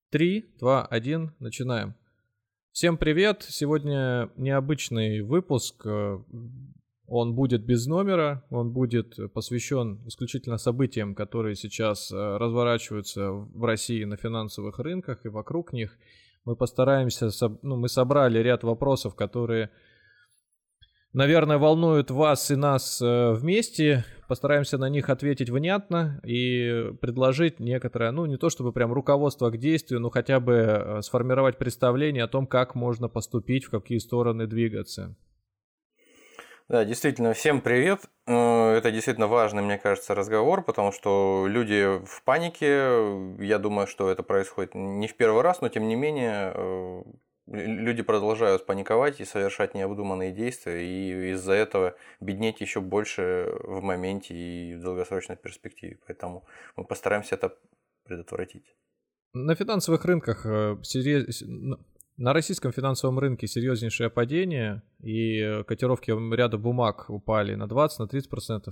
3, 2, 1, начинаем. Всем привет! Сегодня необычный выпуск. Он будет без номера, он будет посвящен исключительно событиям, которые сейчас разворачиваются в России на финансовых рынках и вокруг них. Мы постараемся, мы собрали ряд вопросов, которые, наверное, волнуют вас и нас вместе. Постараемся на них ответить внятно и предложить некоторое, не то чтобы прям руководство к действию, но хотя бы сформировать представление о том, как можно поступить, в какие стороны двигаться. Да, действительно, всем привет. Это действительно важный, мне кажется, разговор, потому что люди в панике. Я думаю, что это происходит не в первый раз, но тем не менее люди продолжают паниковать и совершать необдуманные действия, и из-за этого беднеть еще больше в моменте и в долгосрочной перспективе. Поэтому мы постараемся это предотвратить. На финансовых рынках, на российском финансовом рынке серьезнейшее падение, и котировки ряда бумаг упали на 20-30%.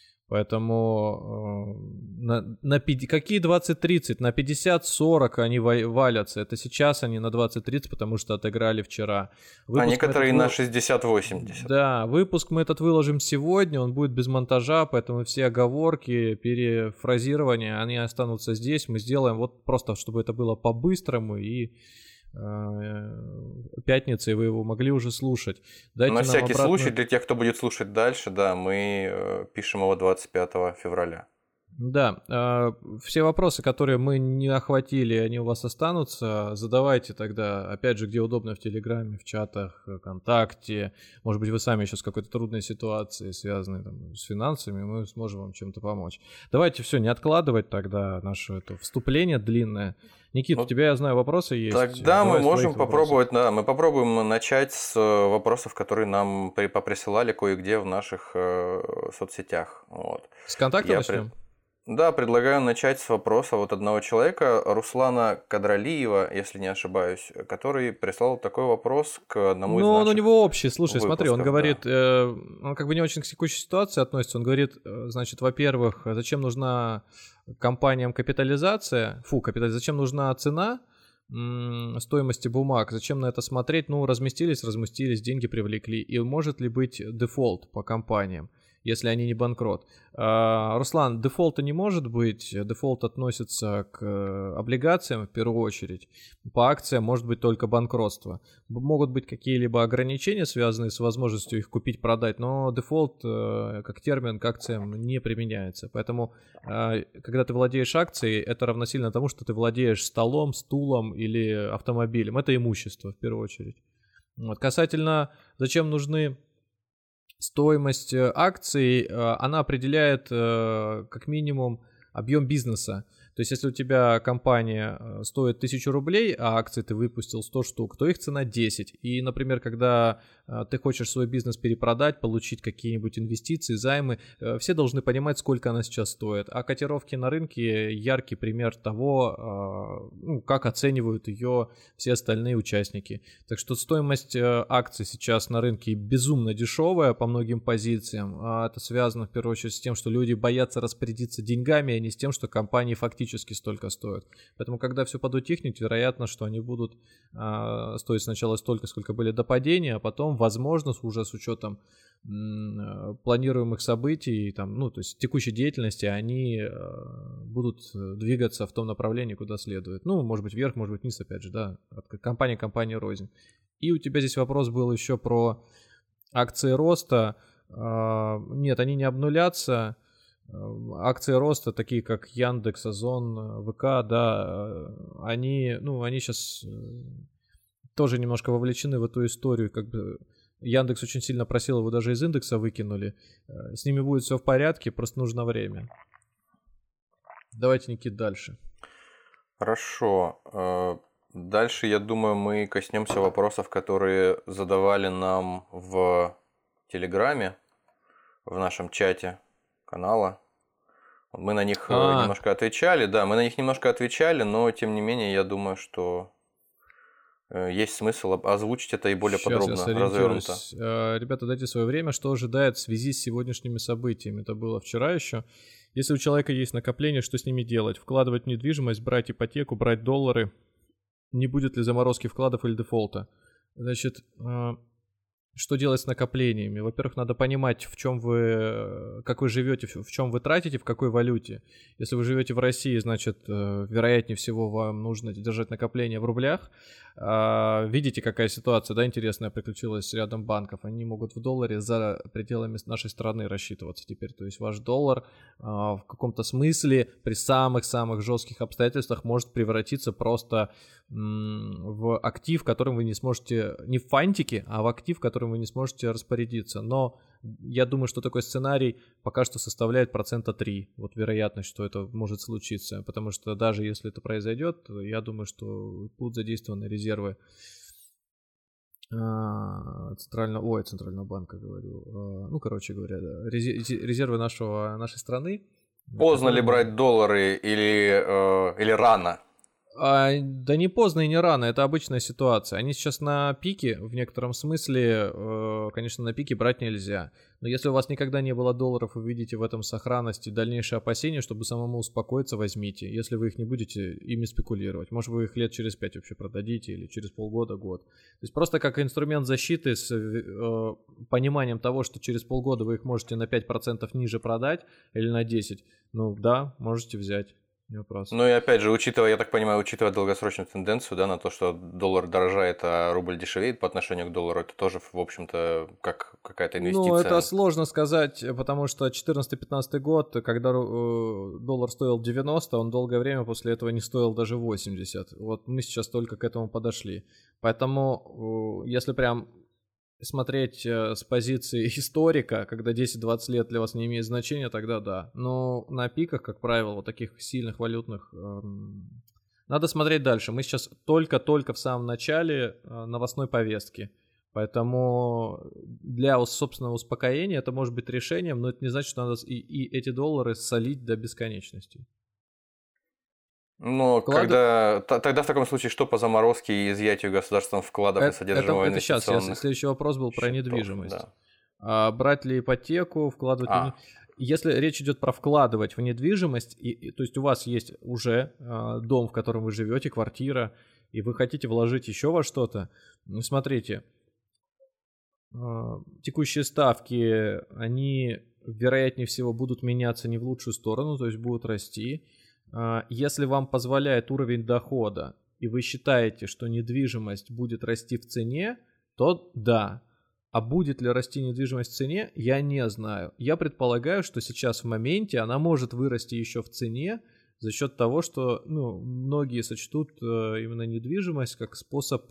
Поэтому какие 20-30? На 50-40 они валятся. Это сейчас они на 20-30, потому что отыграли вчера. А некоторые на 60-80. Да, выпуск мы этот выложим сегодня, он будет без монтажа, поэтому все оговорки, перефразирования, они останутся здесь. Мы сделаем вот просто, чтобы это было по-быстрому и пятницы, и вы его могли уже слушать. На всякий случай, для тех, кто будет слушать дальше, да, мы пишем его 25 февраля. Да, все вопросы, которые мы не охватили, они у вас останутся. Задавайте тогда, опять же, где удобно, в Телеграме, в чатах, ВКонтакте. Может быть, вы сами еще с какой-то трудной ситуацией, связанной с финансами, мы сможем вам чем-то помочь. Давайте все, не откладывать тогда наше это вступление длинное. Никит, у тебя, я знаю, вопросы есть. Тогда мы можем попробовать, да, мы попробуем начать с вопросов, которые нам поприсылали кое-где в наших соцсетях. Вот. С контакта начнем? Да, предлагаю начать с вопроса вот одного человека, Руслана Кадралиева, если не ошибаюсь, который прислал такой вопрос к одному из наших. Он у него общий, слушай, смотри, он говорит, да. Он как бы не очень к текущей ситуации относится, он говорит, значит, во-первых, зачем нужна компаниям капитализация, зачем нужна цена стоимости бумаг, зачем на это смотреть, разместились, деньги привлекли, и может ли быть дефолт по компаниям, если они не банкрот. Руслан, дефолта не может быть, дефолт относится к облигациям в первую очередь, по акциям может быть только банкротство. Могут быть какие-либо ограничения, связанные с возможностью их купить-продать, но дефолт как термин к акциям не применяется. Поэтому, когда ты владеешь акцией, это равносильно тому, что ты владеешь столом, стулом или автомобилем. Это имущество в первую очередь. Вот. Касательно, зачем нужны стоимость акций, она определяет как минимум объем бизнеса. То есть, если у тебя компания стоит 1000 рублей, а акции ты выпустил 100 штук, то их цена 10. И, например, когда ты хочешь свой бизнес перепродать, получить какие-нибудь инвестиции, займы, все должны понимать, сколько она сейчас стоит. А котировки на рынке яркий пример того, как оценивают ее все остальные участники. Так что стоимость акций сейчас на рынке безумно дешевая по многим позициям. Это связано в первую очередь с тем, что люди боятся распорядиться деньгами, а не с тем, что компании фактически столько стоят. Поэтому, когда все подутихнет, вероятно, что они будут стоить сначала столько, сколько были до падения, а потом, возможно, уже с учетом планируемых событий, то есть текущей деятельности, они будут двигаться в том направлении, куда следует. Может быть, вверх, может быть, вниз, опять же, да, от компании к компании рознь. И у тебя здесь вопрос был еще про акции роста. Нет, они не обнулятся. Акции роста, такие как Яндекс, Озон, ВК, да, они сейчас тоже немножко вовлечены в эту историю, как бы Яндекс очень сильно просил, его даже из индекса выкинули. С ними будет все в порядке, просто нужно время. Давайте, Никит, дальше. Хорошо. Дальше, я думаю, мы коснемся вопросов, которые задавали нам в Телеграме, в нашем чате канала. Мы на них немножко отвечали, но тем не менее, я думаю, что есть смысл озвучить это и более подробно развернуто. Ребята, дайте свое время, что ожидает в связи с сегодняшними событиями. Это было вчера еще. Если у человека есть накопление, что с ними делать? Вкладывать в недвижимость, брать ипотеку, брать доллары не будет ли заморозки вкладов или дефолта. Значит, что делать с накоплениями? Во-первых, надо понимать, как вы живете, в чем вы тратите, в какой валюте. Если вы живете в России, значит, вероятнее всего, вам нужно держать накопления в рублях. Видите, какая ситуация, да, интересная приключилась рядом банков. Они могут в долларе за пределами нашей страны рассчитываться теперь. То есть ваш доллар в каком-то смысле при самых-самых жестких обстоятельствах может превратиться просто в актив, которым вы не сможете, не в фантики, а в актив, которым вы не сможете распорядиться. Но я думаю, что такой сценарий пока что составляет 3%. Вот вероятность, что это может случиться. Потому что даже если это произойдет, я думаю, что будут задействованы резервы Центрального банка, говорю. Короче говоря, да, резервы нашей страны. Поздно ли брать доллары или рано? Да не поздно и не рано, это обычная ситуация. Они сейчас на пике, в некотором смысле, конечно, на пике брать нельзя. Но если у вас никогда не было долларов, вы видите в этом сохранность и дальнейшие опасения, чтобы самому успокоиться, возьмите. Если вы их не будете ими спекулировать. Может, вы их лет через 5 вообще продадите или через полгода, год. То есть просто как инструмент защиты с пониманием того, что через полгода вы их можете на 5% ниже продать или на 10%. Ну да, можете взять. Не вопрос. Ну и опять же, я так понимаю, учитывая долгосрочную тенденцию, да, на то, что доллар дорожает, а рубль дешевеет по отношению к доллару, это тоже, в общем-то, как какая-то инвестиция. Ну, это сложно сказать, потому что 2014-2015 год, когда доллар стоил 90, он долгое время после этого не стоил даже 80. Вот мы сейчас только к этому подошли. Поэтому, если прям смотреть с позиции историка, когда 10-20 лет для вас не имеет значения, тогда да. Но на пиках, как правило, вот таких сильных валютных, надо смотреть дальше. Мы сейчас только-только в самом начале новостной повестки. Поэтому для собственного успокоения это может быть решением, но это не значит, что надо и эти доллары солить до бесконечности. Но тогда в таком случае что по заморозке и изъятию государством вкладов и содержимого инвестиционных? Это сейчас. Следующий вопрос был про недвижимость. Да. Брать ли ипотеку, вкладывать ли... Если речь идет про вкладывать в недвижимость, то есть у вас есть уже дом, в котором вы живете, квартира, и вы хотите вложить еще во что-то, смотрите, текущие ставки, они вероятнее всего будут меняться не в лучшую сторону, то есть будут расти. Если вам позволяет уровень дохода, и вы считаете, что недвижимость будет расти в цене, то да. А будет ли расти недвижимость в цене, я не знаю. Я предполагаю, что сейчас в моменте она может вырасти еще в цене за счет того, что многие сочтут именно недвижимость как способ,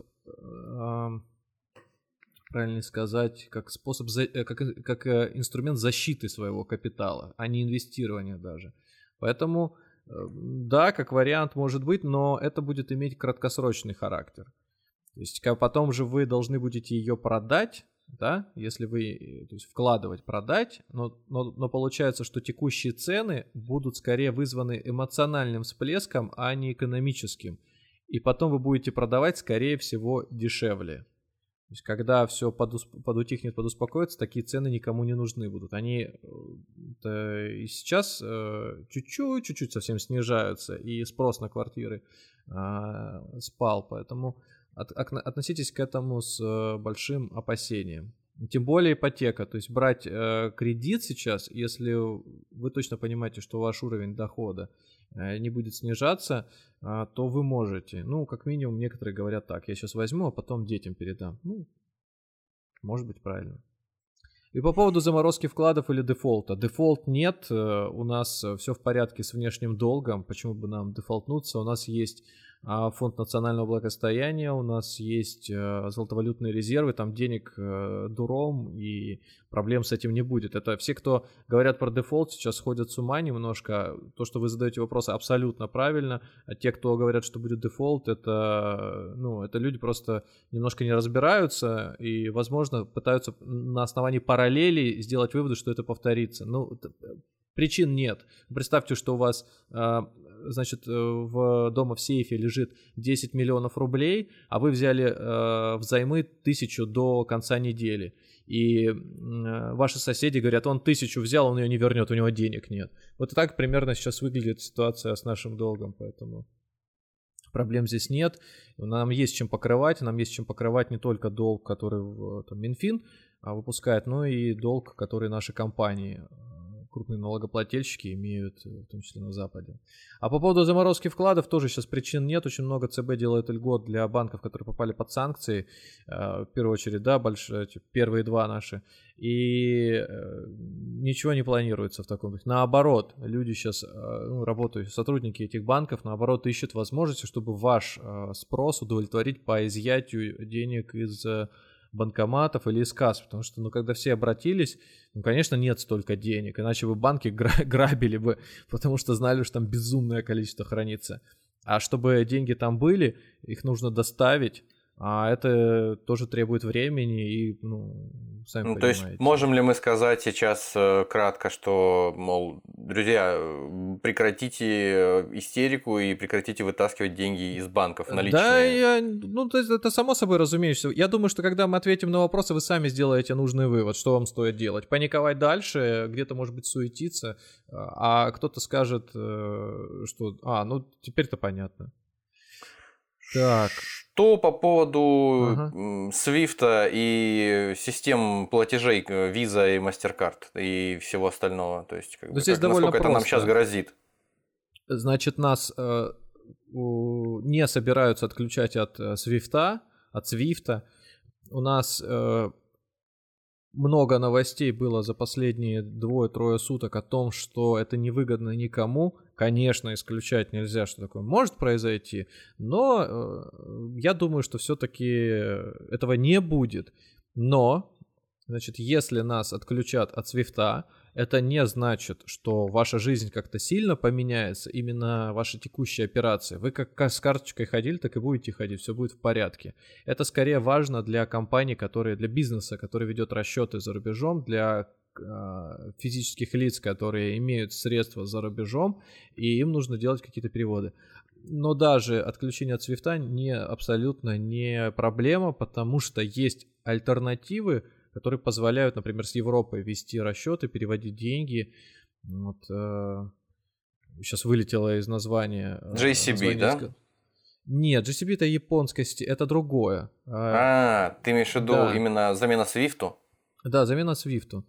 правильно сказать, как способ, как инструмент защиты своего капитала, а не инвестирования даже. Поэтому да, как вариант может быть, но это будет иметь краткосрочный характер. То есть потом же вы должны будете ее продать, да, если вы, то есть вкладывать, продать, но получается, что текущие цены будут скорее вызваны эмоциональным всплеском, а не экономическим. И потом вы будете продавать, скорее всего, дешевле. То есть, когда все подутихнет, подуспокоится, такие цены никому не нужны будут. Они и сейчас чуть-чуть совсем снижаются, и спрос на квартиры спал. Поэтому относитесь к этому с большим опасением. Тем более ипотека. То есть брать кредит сейчас, если вы точно понимаете, что ваш уровень дохода не будет снижаться, то вы можете. Ну, как минимум, некоторые говорят так: я сейчас возьму, а потом детям передам. Ну, может быть, правильно. И по поводу заморозки вкладов или дефолта. Дефолт нет, у нас все в порядке с внешним долгом. Почему бы нам дефолтнуться? У нас есть фонд национального благосостояния, у нас есть золотовалютные резервы, там денег дуром, и проблем с этим не будет. Это все, кто говорят про дефолт, сейчас сходят с ума немножко. То, что вы задаете вопросы, абсолютно правильно. А те, кто говорят, что будет дефолт, это люди просто немножко не разбираются и, возможно, пытаются на основании параллелей сделать выводы, что это повторится. Причин нет. Представьте, что у вас, дома в сейфе лежит 10 миллионов рублей, а вы взяли взаймы 1000 до конца недели. И ваши соседи говорят: он 1000 взял, он ее не вернет, у него денег нет. Вот так примерно сейчас выглядит ситуация с нашим долгом, поэтому Проблем здесь нет. Нам есть чем покрывать. Нам есть чем покрывать не только долг, который там, Минфин выпускает, но и долг, который наши компании, крупные налогоплательщики, имеют, в том числе на Западе. А по поводу заморозки вкладов тоже сейчас причин нет. Очень много ЦБ делает льгот для банков, которые попали под санкции. В первую очередь, да, первые два наши. И ничего не планируется в таком духе. Наоборот, люди сейчас, работают, сотрудники этих банков, наоборот, ищут возможности, чтобы ваш спрос удовлетворить по изъятию денег из банкоматов или из касс, потому что, когда все обратились, конечно, нет столько денег, иначе бы банки грабили бы, потому что знали, что там безумное количество хранится. А чтобы деньги там были, их нужно доставить, а это тоже требует времени и, сами понимаете. То есть, можем ли мы сказать сейчас кратко, что, мол, друзья, прекратите истерику и прекратите вытаскивать деньги из банков наличные? Да, то есть это само собой разумеется. Я думаю, что когда мы ответим на вопросы, вы сами сделаете нужный вывод, что вам стоит делать. Паниковать дальше, где-то, может быть, суетиться, а кто-то скажет, что, теперь-то понятно. Так. Что по поводу Свифта и систем платежей Visa и MasterCard и всего остального? То есть, насколько это нам сейчас грозит? Значит, нас не собираются отключать от Свифта. У нас много новостей было за последние 2-3 суток о том, что это невыгодно никому. Конечно, исключать нельзя, что такое может произойти, но я думаю, что все-таки этого не будет. Но, значит, если нас отключат от Свифта, это не значит, что ваша жизнь как-то сильно поменяется, именно ваши текущие операции. Вы как с карточкой ходили, так и будете ходить, все будет в порядке. Это скорее важно для компаний, для бизнеса, который ведет расчеты за рубежом, для физических лиц, которые имеют средства за рубежом, и им нужно делать какие-то переводы. Но даже отключение от Свифта абсолютно не проблема, потому что есть альтернативы, которые позволяют, например, с Европой вести расчеты, переводить деньги. Сейчас вылетело из названия. JCB, да? Нет, JCB это японская, это другое. Ты имеешь в виду именно замена Свифту? Да, замена Свифту.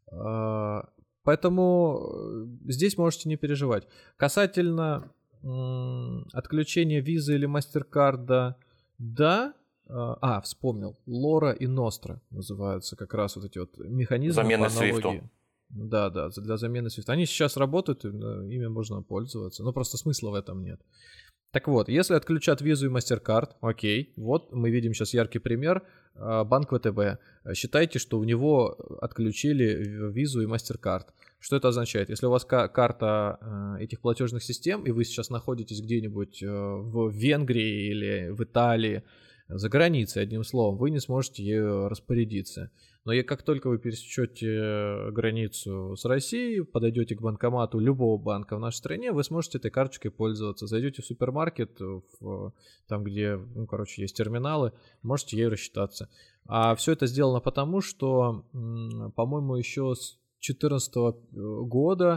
Поэтому здесь можете не переживать. Касательно отключения визы или MasterCard, да. Вспомнил. Лора и Ностра называются как раз вот эти вот механизмы замены по аналогии. Свифту. Да, для замены Свифта. Они сейчас работают, ими можно пользоваться, но просто смысла в этом нет. Так вот, если отключат визу и MasterCard, окей, вот мы видим сейчас яркий пример, банк ВТБ. Считайте, что у него отключили визу и MasterCard. Что это означает? Если у вас карта этих платежных систем, и вы сейчас находитесь где-нибудь в Венгрии или в Италии, за границей, одним словом, вы не сможете ею распорядиться. Но как только вы пересечете границу с Россией, подойдете к банкомату любого банка в нашей стране, вы сможете этой карточкой пользоваться. Зайдете в супермаркет, там, где, есть терминалы, можете ею рассчитаться. А все это сделано потому, что, по-моему, еще с 2014 года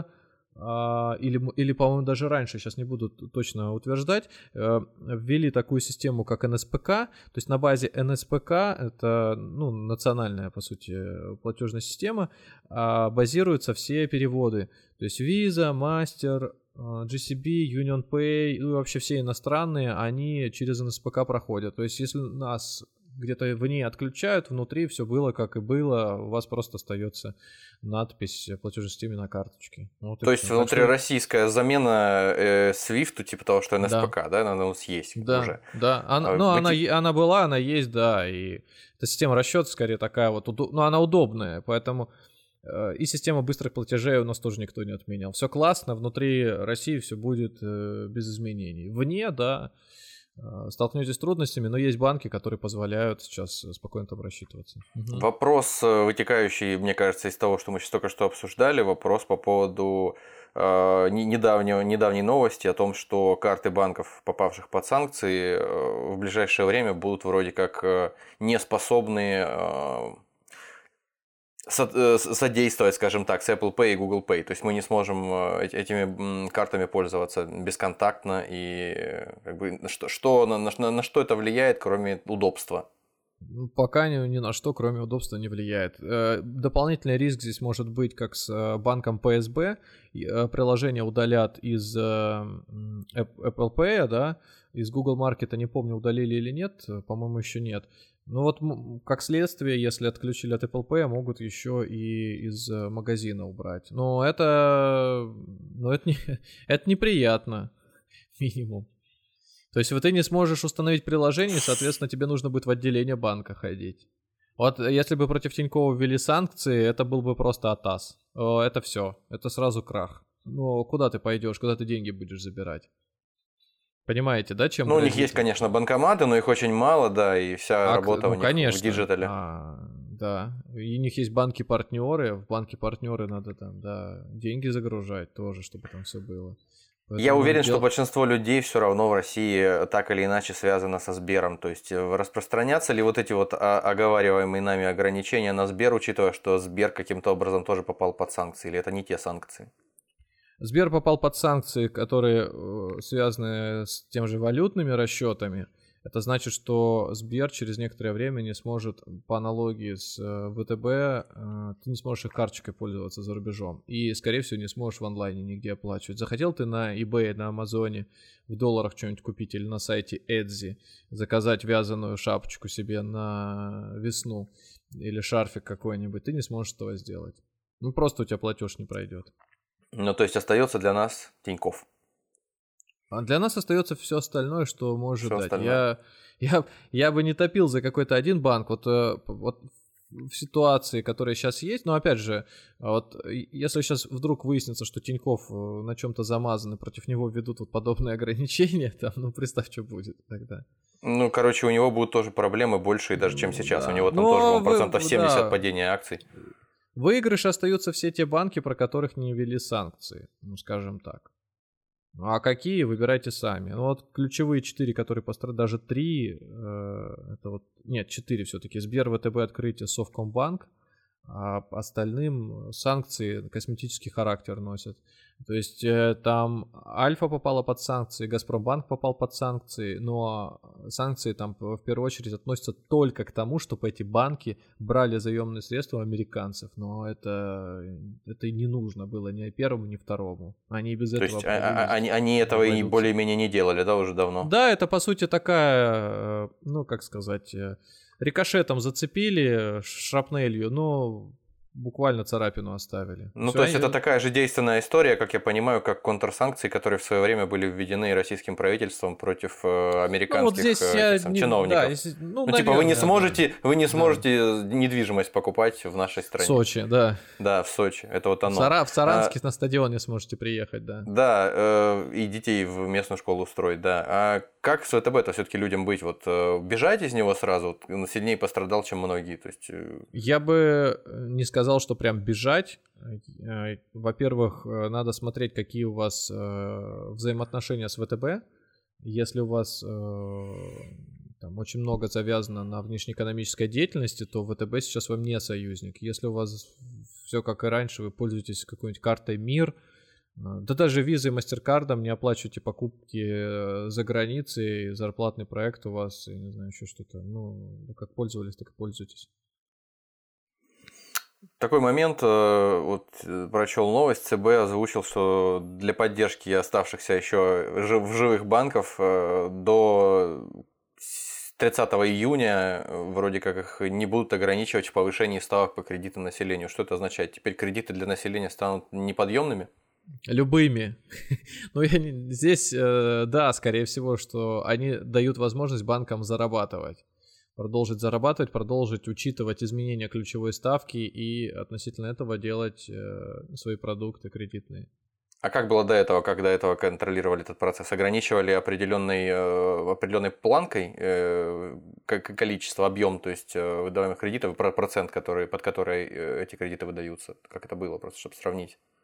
или, по-моему, даже раньше, сейчас не буду точно утверждать, ввели такую систему, как НСПК. То есть на базе НСПК, это национальная, по сути, платежная система, базируются все переводы. То есть Visa, Master, JCB, UnionPay, и вообще все иностранные, они через НСПК проходят. То есть если нас где-то вне отключают, внутри все было как и было, у вас просто остается надпись платежной системе на карточке. То есть внутрироссийская замена SWIFT, типа того, что НСПК, да, она у нас есть уже. Да, она была, она есть, да, и эта система расчета скорее такая вот, она удобная, поэтому и система быстрых платежей у нас тоже никто не отменял. Все классно, внутри России все будет без изменений. Вне, да, столкнетесь с трудностями, но есть банки, которые позволяют сейчас спокойно там рассчитываться. Вопрос, вытекающий, мне кажется, из того, что мы сейчас только что обсуждали, вопрос по поводу недавней новости о том, что карты банков, попавших под санкции, в ближайшее время будут вроде как не способны содействовать, скажем так, с Apple Pay и Google Pay. То есть мы не сможем этими картами пользоваться бесконтактно. И как бы, на что это влияет, кроме удобства? Пока ни на что, кроме удобства, не влияет. Дополнительный риск здесь может быть, как с банком PSB. Приложение удалят из Apple Pay, да, из Google Market, не помню, удалили или нет, по-моему, еще нет. Ну вот, как следствие, если отключили от Apple Pay, могут еще и из магазина убрать. Но это это неприятно, минимум. То есть вот ты не сможешь установить приложение, соответственно, тебе нужно будет в отделение банка ходить. Вот если бы против Тинькова ввели санкции, это был бы просто атас. Это все, это сразу крах. Ну, куда ты пойдешь, куда ты деньги будешь забирать? Понимаете, да, чем Ну, у них грозит? есть, конечно, банкоматы, но их очень мало, да, и вся работа у них конечно. в диджитале. Да, и у них есть банки-партнеры, в банки-партнеры надо там, да, деньги загружать тоже, чтобы там все было. Я Поэтому уверен, что большинство людей все равно в России так или иначе связано со Сбером. То есть распространятся ли вот эти вот оговариваемые нами ограничения на Сбер, учитывая, что Сбер каким-то образом тоже попал под санкции, или это не те санкции? Сбер попал под санкции, которые связаны с тем же валютными расчетами. Это значит, что Сбер через некоторое время не сможет, по аналогии с ВТБ, ты не сможешь их карточкой пользоваться за рубежом. И, скорее всего, не сможешь в онлайне нигде оплачивать. Захотел ты на eBay, на Амазоне в долларах что-нибудь купить или на сайте Etsy заказать вязаную шапочку себе на весну или шарфик какой-нибудь, ты не сможешь этого сделать. Ну, просто у тебя платеж не пройдет. Ну, то есть остается для нас Тинькофф. А для нас остается все остальное, что может Всё дать. остальное. Я бы не топил за какой-то один банк. Вот в ситуации, которая сейчас есть, но опять же, вот если сейчас вдруг выяснится, что Тинькофф на чем-то замазан, и против него введут вот подобные ограничения, там, ну представь, что будет тогда. Ну, короче, у него будут тоже проблемы большие даже, чем сейчас. Да. У него там Но тоже, по-моему, процентов 70 да. падения акций. Выигрыш остаются все те банки, про которых не ввели санкции, ну скажем так. Ну а какие, выбирайте сами. Ну вот ключевые 4, которые пострадали, даже 3, это вот, нет, 4 все-таки. Сбер, ВТБ, Открытие, Совкомбанк, а остальным санкции косметический характер носят. То есть там Альфа попала под санкции, Газпромбанк попал под санкции, но санкции там в первую очередь относятся только к тому, чтобы эти банки брали заемные средства у американцев. Но это и не нужно было ни первому, ни второму. Они и без То этого есть они этого и более-менее не делали, да, уже давно? Да, это по сути такая, ну как сказать, рикошетом зацепили, шрапнелью, но буквально царапину оставили. Ну, Всё, то есть это такая же действенная история, как я понимаю, как контрсанкции, которые в свое время были введены российским правительством против американских вот здесь чиновников. Да, типа вы не сможете недвижимость покупать в нашей стране. В Сочи, да. Да, в Сочи. Это вот оно. В Саранске на стадион не сможете приехать, да. Да, и детей в местную школу устроить, да. А как с ВТБ-то все-таки людям быть? Вот бежать из него сразу? Он сильнее пострадал, чем многие. То есть... Я бы не сказал, что прям бежать. Во-первых, надо смотреть, какие у вас взаимоотношения с ВТБ. Если у вас там очень много завязано на внешнеэкономической деятельности, то ВТБ сейчас вам не союзник. Если у вас все как и раньше, вы пользуетесь какой-нибудь картой МИР, да даже визой и мастеркардом не оплачиваете покупки за границей, зарплатный проект у вас, я не знаю, еще что-то. Ну, как пользовались, так и пользуйтесь. Такой момент, вот прочел новость, ЦБ озвучил, что для поддержки оставшихся еще в живых банков до 30 июня вроде как их не будут ограничивать в повышении ставок по кредитам населению. Что это означает? Теперь кредиты для населения станут неподъемными? Любыми. Ну, здесь, да, скорее всего, что они дают возможность банкам зарабатывать. Продолжить зарабатывать, продолжить учитывать изменения ключевой ставки и относительно этого делать свои продукты кредитные. А как было до этого, как до этого контролировали этот процесс? Ограничивали определенной планкой количество, объем, то есть выдаваемых кредитов, процент, под который эти кредиты выдаются? Как это было, просто чтобы сравнить?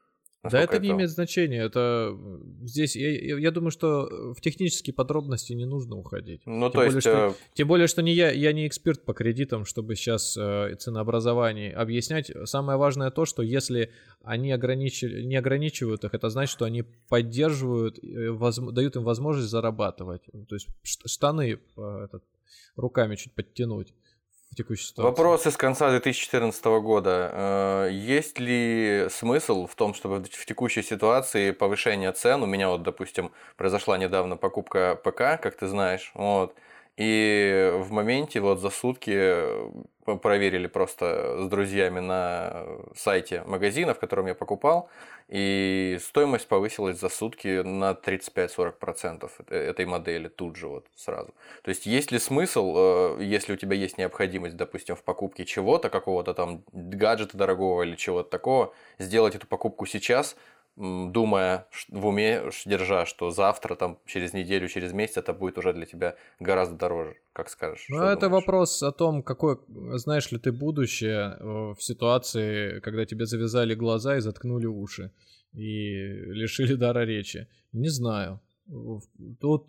Да, это не имеет значения. Это здесь, я думаю, что в технические подробности не нужно уходить. Ну, то есть... Тем более, что я не эксперт по кредитам, чтобы сейчас ценообразование объяснять. Самое важное то, что если они не ограничивают их, это значит, что они поддерживают, дают им возможность зарабатывать. То есть штаны руками чуть подтянуть. Вопрос из конца 2014 года. Есть ли смысл в том, чтобы в текущей ситуации повышение цен, у меня вот, допустим, произошла недавно покупка ПК, как ты знаешь, вот, и в моменте вот за сутки проверили просто с друзьями на сайте магазина, в котором я покупал, и стоимость повысилась за сутки на 35-40% этой модели тут же вот сразу. То есть ли смысл, если у тебя есть необходимость, допустим, в покупке чего-то, какого-то там гаджета дорогого или чего-то такого, сделать эту покупку сейчас, думая в уме, держа, что завтра, там, через неделю, через месяц это будет уже для тебя гораздо дороже, как скажешь? Ну, это думаешь? Вопрос о том, какое, знаешь ли ты будущее в ситуации, когда тебе завязали глаза и заткнули уши и лишили дара речи. Не знаю. Тут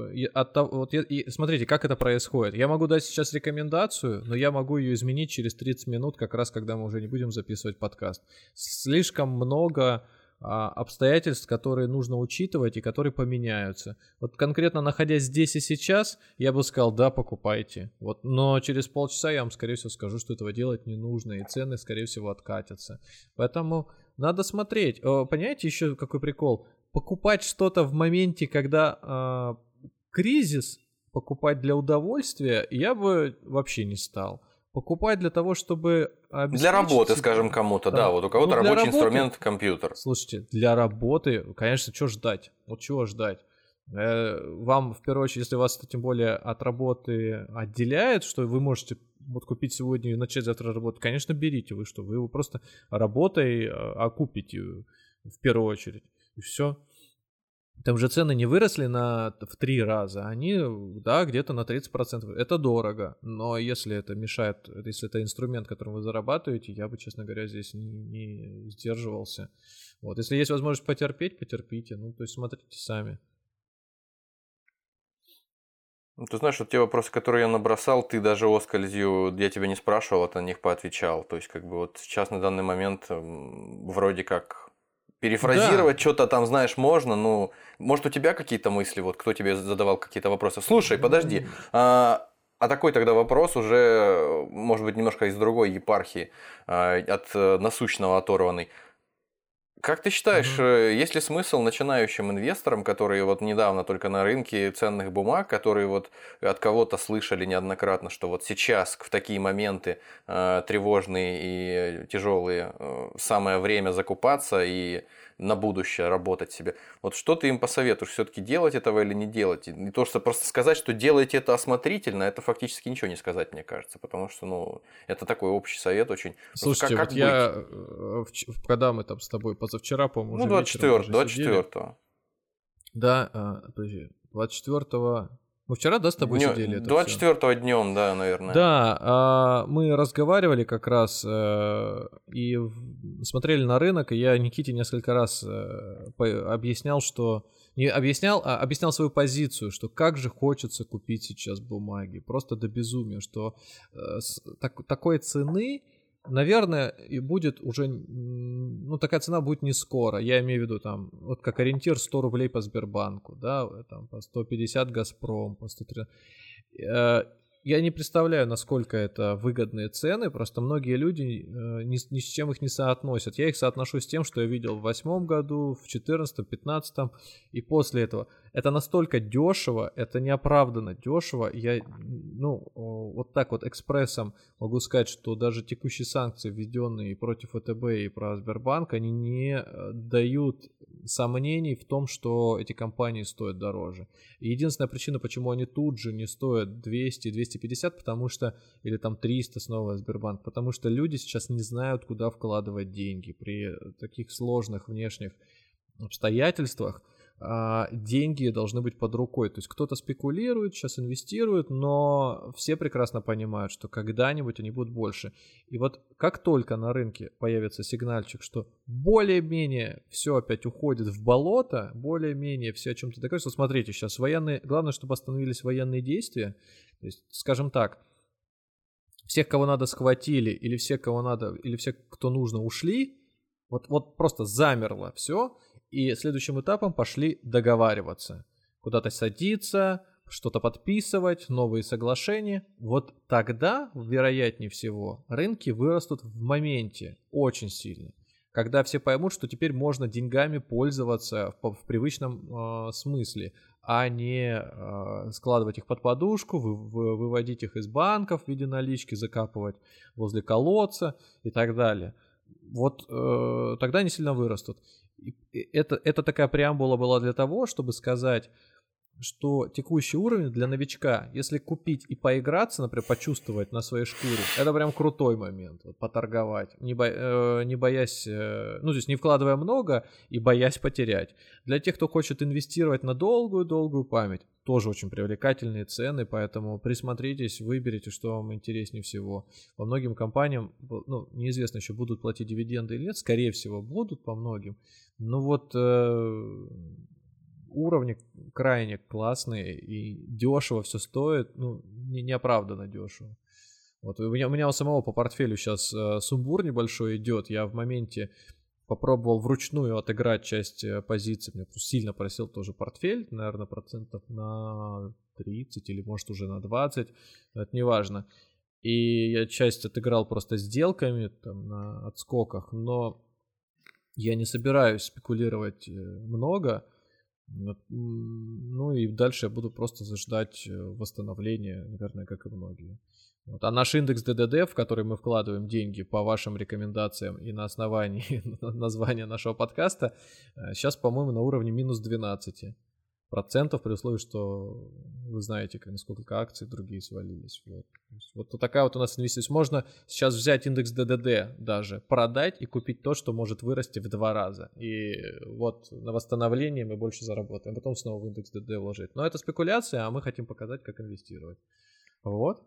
смотрите, как это происходит. Я могу дать сейчас рекомендацию, но я могу ее изменить через 30 минут, как раз когда мы уже не будем записывать подкаст. Слишком много обстоятельств, которые нужно учитывать и которые поменяются. Вот конкретно находясь здесь и сейчас, я бы сказал, да, покупайте. Вот, но через полчаса я вам, скорее всего, скажу, что этого делать не нужно, и цены, скорее всего, откатятся. Поэтому надо смотреть. Понимаете, еще какой прикол? Покупать что-то в моменте, когда кризис, покупать для удовольствия, я бы вообще не стал. Покупать для того, чтобы для работы, скажем, кому-то, да, вот у кого-то рабочий инструмент компьютер. Слушайте, для работы, конечно, что ждать? Вот чего ждать? Вам, в первую очередь, если вас тем более от работы отделяет, что вы можете вот купить сегодня и начать завтра работать, конечно, берите. Вы что? Вы его просто работой окупите в первую очередь. И все. Там же цены не выросли в 3 раза, они, да, где-то на 30%. Это дорого, но если это мешает, если это инструмент, которым вы зарабатываете, я бы, честно говоря, здесь не сдерживался. Вот, если есть возможность потерпеть, потерпите, ну, то есть смотрите сами. Ты знаешь, вот те вопросы, которые я набросал, ты даже оскользью, я тебя не спрашивал, а ты на них поотвечал. То есть, как бы вот сейчас на данный момент вроде как... Перефразировать что-то там, знаешь, можно, ну, может, у тебя какие-то мысли, вот кто тебе задавал какие-то вопросы? Слушай, подожди, а такой тогда вопрос уже, может быть, немножко из другой епархии, от насущного оторванный. Как ты считаешь, есть ли смысл начинающим инвесторам, которые вот недавно только на рынке ценных бумаг, которые вот от кого-то слышали неоднократно, что вот сейчас в такие моменты тревожные и тяжелые самое время закупаться и на будущее работать себе. Вот что ты им посоветуешь? Все-таки делать этого или не делать? Не то, что просто сказать, что делайте это осмотрительно, это фактически ничего не сказать, мне кажется, потому что, ну, это такой общий совет очень. Слушайте, как вот я, когда мы там с тобой позавчера, по-моему, уже 24-го. Да, подожди, 24-го... Мы вчера, да, с тобой сидели? 24-го днем, да, наверное. Да, мы разговаривали как раз и смотрели на рынок, и я Никите несколько раз объяснял, что... Не объяснял, а объяснял свою позицию, что как же хочется купить сейчас бумаги. Просто до безумия, что такой цены... Наверное, и будет уже, ну, такая цена будет не скоро. Я имею в виду, там, вот как ориентир 100 рублей по Сбербанку, да, там, по 150 Газпром, по 130. Я не представляю, насколько это выгодные цены, просто многие люди ни с чем их не соотносят. Я их соотношу с тем, что я видел в 2008 году, в 2014, 2015 и после этого. Это настолько дешево, это неоправданно дешево. Я, ну, вот так вот экспрессом могу сказать, что даже текущие санкции, введенные против ВТБ и про Сбербанк, они не дают сомнений в том, что эти компании стоят дороже. И единственная причина, почему они тут же не стоят 200, 250, потому что, или там 300 снова Сбербанк, потому что люди сейчас не знают, куда вкладывать деньги при таких сложных внешних обстоятельствах. деньги должны быть под рукой. То есть кто-то спекулирует, сейчас инвестирует, но все прекрасно понимают, что когда-нибудь они будут больше. И вот как только на рынке появится сигнальчик, что более-менее все опять уходит в болото, более-менее все о чем-то доказывается. Смотрите, сейчас главное, чтобы остановились военные действия. То есть, скажем так, всех, кого надо, схватили, или всех, кого надо, или всех, кто нужно, ушли, вот просто замерло все. И следующим этапом пошли договариваться. Куда-то садиться, что-то подписывать, новые соглашения. Вот тогда, вероятнее всего, рынки вырастут в моменте очень сильно. Когда все поймут, что теперь можно деньгами пользоваться в привычном смысле, а не складывать их под подушку, выводить их из банков в виде налички, закапывать возле колодца и так далее. Вот тогда они сильно вырастут. Это такая преамбула была для того, чтобы сказать, что текущий уровень для новичка, если купить и поиграться, например, почувствовать на своей шкуре, это прям крутой момент, вот, поторговать, не боясь, ну, то есть не вкладывая много и боясь потерять. Для тех, кто хочет инвестировать на долгую-долгую память, тоже очень привлекательные цены, поэтому присмотритесь, выберите, что вам интереснее всего. По многим компаниям, ну, неизвестно еще, будут платить дивиденды или нет, скорее всего, будут по многим, но вот... уровни крайне классные и дешево все стоит, ну, неоправданно дешево. Вот у меня у самого по портфелю сейчас сумбур небольшой идет. Я в моменте попробовал вручную отыграть часть позиций. Мне сильно просел тоже портфель, наверное, процентов на 30 или может уже на 20, это не важно. И я часть отыграл просто сделками там на отскоках, но я не собираюсь спекулировать много. Ну и дальше я буду просто ждать восстановления, наверное, как и многие. Вот. А наш индекс ДДД, в который мы вкладываем деньги по вашим рекомендациям и на основании названия нашего подкаста, сейчас, по-моему, на уровне минус 12%, при условии, что вы знаете, насколько акций другие свалились. Вот такая вот у нас инвестиция. Можно сейчас взять индекс ДДД даже, продать и купить то, что может вырасти в 2 раза. И вот на восстановлении мы больше заработаем, потом снова в индекс ДДД вложить. Но это спекуляция, а мы хотим показать, как инвестировать. Вот.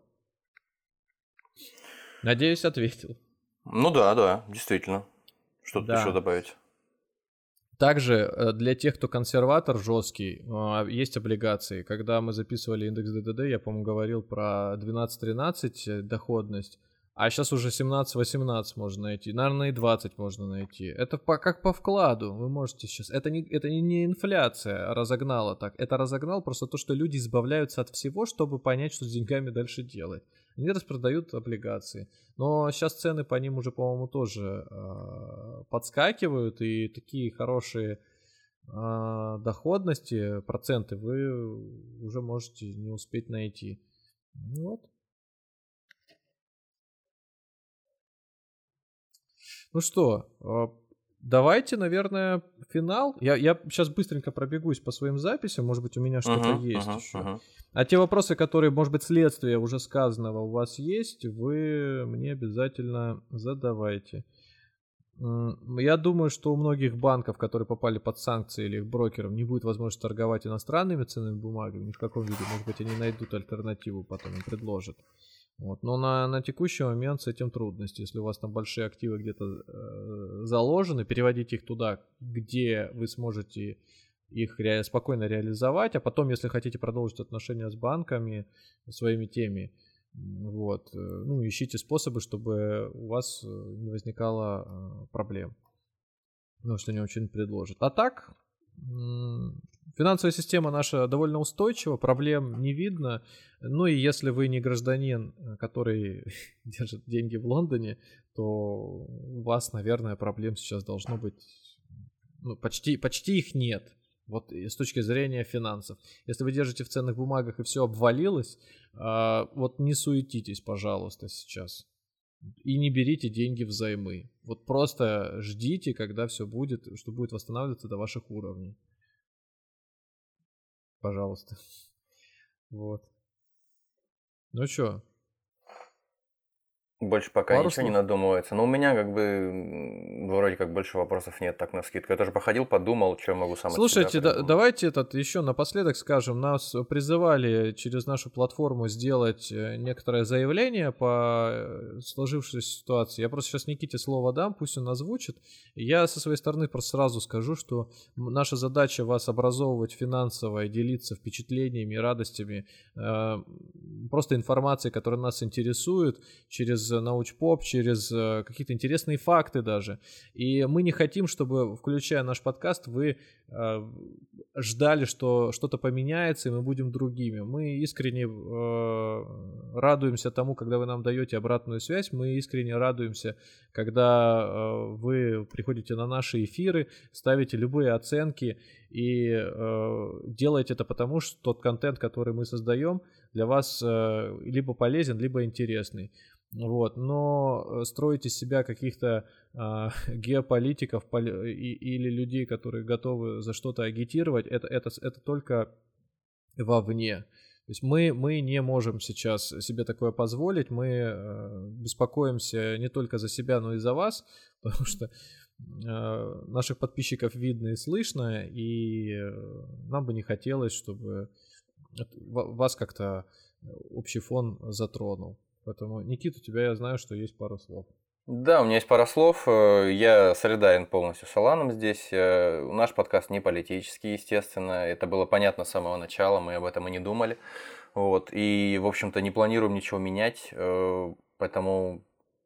Надеюсь, ответил. Ну да, действительно. Что-то еще добавить? Также для тех, кто консерватор жесткий, есть облигации. Когда мы записывали индекс ДДД, я, по-моему, говорил про 12-13 доходность, а сейчас уже 17-18 можно найти. Наверное, и 20 можно найти. Это как по вкладу. Вы можете сейчас... Это не инфляция разогнала так. Это разогнал просто то, что люди избавляются от всего, чтобы понять, что с деньгами дальше делать. Они распродают облигации. Но сейчас цены по ним уже, по-моему, тоже подскакивают. И такие хорошие доходности, проценты вы уже можете не успеть найти. Вот. Ну что, давайте, наверное, финал. Я сейчас быстренько пробегусь по своим записям, может быть, у меня что-то есть еще. А те вопросы, которые, может быть, следствие уже сказанного у вас есть, вы мне обязательно задавайте. Я думаю, что у многих банков, которые попали под санкции или их брокеров, не будет возможности торговать иностранными ценными бумагами ни в каком виде. Может быть, они найдут альтернативу, потом им предложат. Вот. Но на текущий момент с этим трудности. Если у вас там большие активы где-то заложены, переводите их туда, где вы сможете их спокойно реализовать, а потом, если хотите продолжить отношения с банками, своими теми, вот, ну, ищите способы, чтобы у вас не возникало проблем. Ну, что они очень предложат. А так, финансовая система наша довольно устойчива, проблем не видно. Ну и если вы не гражданин, который держит деньги в Лондоне, то у вас, наверное, проблем сейчас должно быть, ну, почти их нет. Вот с точки зрения финансов. Если вы держите в ценных бумагах и все обвалилось, вот не суетитесь, пожалуйста, сейчас. И не берите деньги взаймы. Вот просто ждите, когда все будет, что будет восстанавливаться до ваших уровней. Пожалуйста. Вот. Ну что? Больше пока Пару ничего не слов. надумывается. Но у меня как бы вроде как больше вопросов нет, так навскидку. Я тоже походил, подумал, что я могу сам от себя Слушайте, придумать. давайте еще напоследок скажем, нас призывали через нашу платформу сделать некоторое заявление по сложившейся ситуации. Я просто сейчас Никите слово дам, пусть он озвучит. Я со своей стороны просто сразу скажу, что наша задача вас образовывать финансово и делиться впечатлениями и радостями, просто информацией, которая нас интересует, через научпоп, через какие-то интересные факты даже. И мы не хотим, чтобы, включая наш подкаст, вы ждали, что что-то поменяется, и мы будем другими. Мы искренне радуемся тому, когда вы нам даете обратную связь. Мы искренне радуемся, когда вы приходите на наши эфиры, ставите любые оценки и делаете это потому, что тот контент, который мы создаем, для вас либо полезен, либо интересный. Вот, но строить из себя каких-то геополитиков или людей, которые готовы за что-то агитировать, это только вовне. То есть мы не можем сейчас себе такое позволить, мы беспокоимся не только за себя, но и за вас, потому что наших подписчиков видно и слышно, и нам бы не хотелось, чтобы вас как-то общий фон затронул. Поэтому, Никита, у тебя, я знаю, что есть пару слов. Да, у меня есть пара слов. Я солидарен полностью с Аланом здесь. Наш подкаст не политический, естественно. Это было понятно с самого начала, мы об этом и не думали. Вот. И, в общем-то, не планируем ничего менять. Поэтому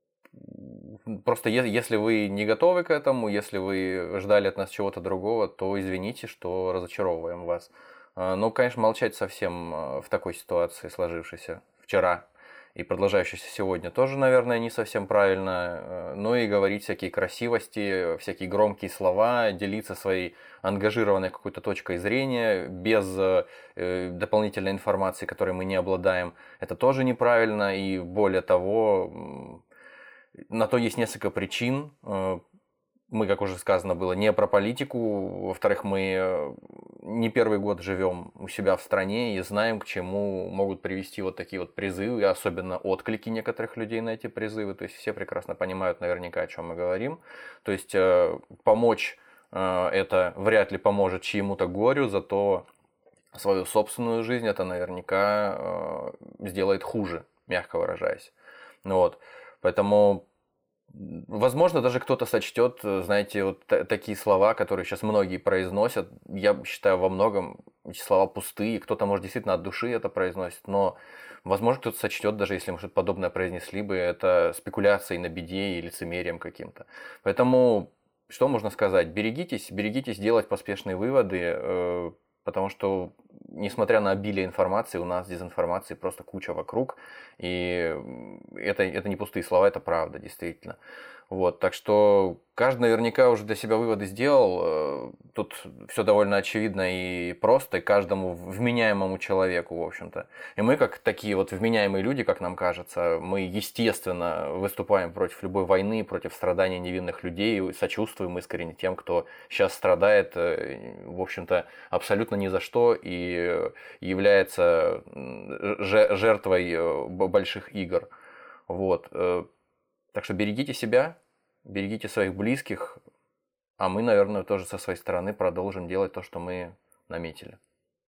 просто если вы не готовы к этому, если вы ждали от нас чего-то другого, то извините, что разочаровываем вас. Но, конечно, молчать совсем в такой ситуации, сложившейся вчера и продолжающейся сегодня, тоже, наверное, не совсем правильно. Но и говорить всякие красивости, всякие громкие слова, делиться своей ангажированной какой-то точкой зрения без дополнительной информации, которой мы не обладаем, это тоже неправильно. И более того, на то есть несколько причин. Мы, как уже сказано было, не про политику. Во-вторых, мы не первый год живем у себя в стране и знаем, к чему могут привести вот такие вот призывы, особенно отклики некоторых людей на эти призывы. То есть все прекрасно понимают наверняка, о чем мы говорим. То есть помочь это вряд ли поможет чьему-то горю, зато свою собственную жизнь это наверняка сделает хуже, мягко выражаясь. Вот. Поэтому возможно, даже кто-то сочтет, знаете, вот такие слова, которые сейчас многие произносят. Я считаю, во многом эти слова пустые. Кто-то, может, действительно от души это произносит, но, возможно, кто-то сочтет, даже если мы что-то подобное произнесли бы, это спекуляцией на беде и лицемерием каким-то. Поэтому, что можно сказать? Берегитесь делать поспешные выводы, потому что, несмотря на обилие информации, у нас дезинформации просто куча вокруг. И это не пустые слова, это правда, действительно. Вот, так что каждый наверняка уже для себя выводы сделал. Тут все довольно очевидно и просто, и каждому вменяемому человеку, в общем-то. И мы, как такие вот вменяемые люди, как нам кажется, мы, естественно, выступаем против любой войны, против страданий невинных людей, сочувствуем искренне тем, кто сейчас страдает, в общем-то, абсолютно ни за что и является жертвой больших игр. Вот. Так что берегите себя, берегите своих близких, а мы, наверное, тоже со своей стороны продолжим делать то, что мы наметили.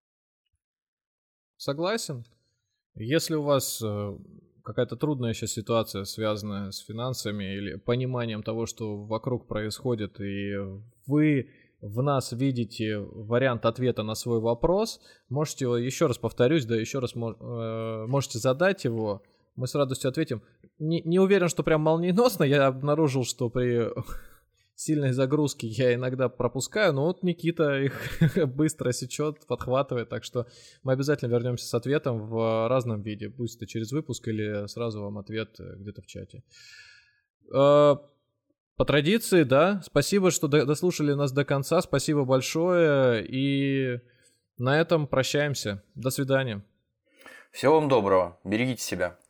Согласен. Если у вас какая-то трудная сейчас ситуация, связанная с финансами или пониманием того, что вокруг происходит, и вы в нас видите вариант ответа на свой вопрос, можете, еще раз повторюсь, да, еще раз можете задать его, мы с радостью ответим. Не уверен, что прям молниеносно, я обнаружил, что при сильной загрузке я иногда пропускаю, но вот Никита их быстро сечет, подхватывает, так что мы обязательно вернемся с ответом в разном виде, будь это через выпуск или сразу вам ответ где-то в чате. По традиции, да, спасибо, что дослушали нас до конца, спасибо большое, и на этом прощаемся. До свидания. Всего вам доброго, берегите себя.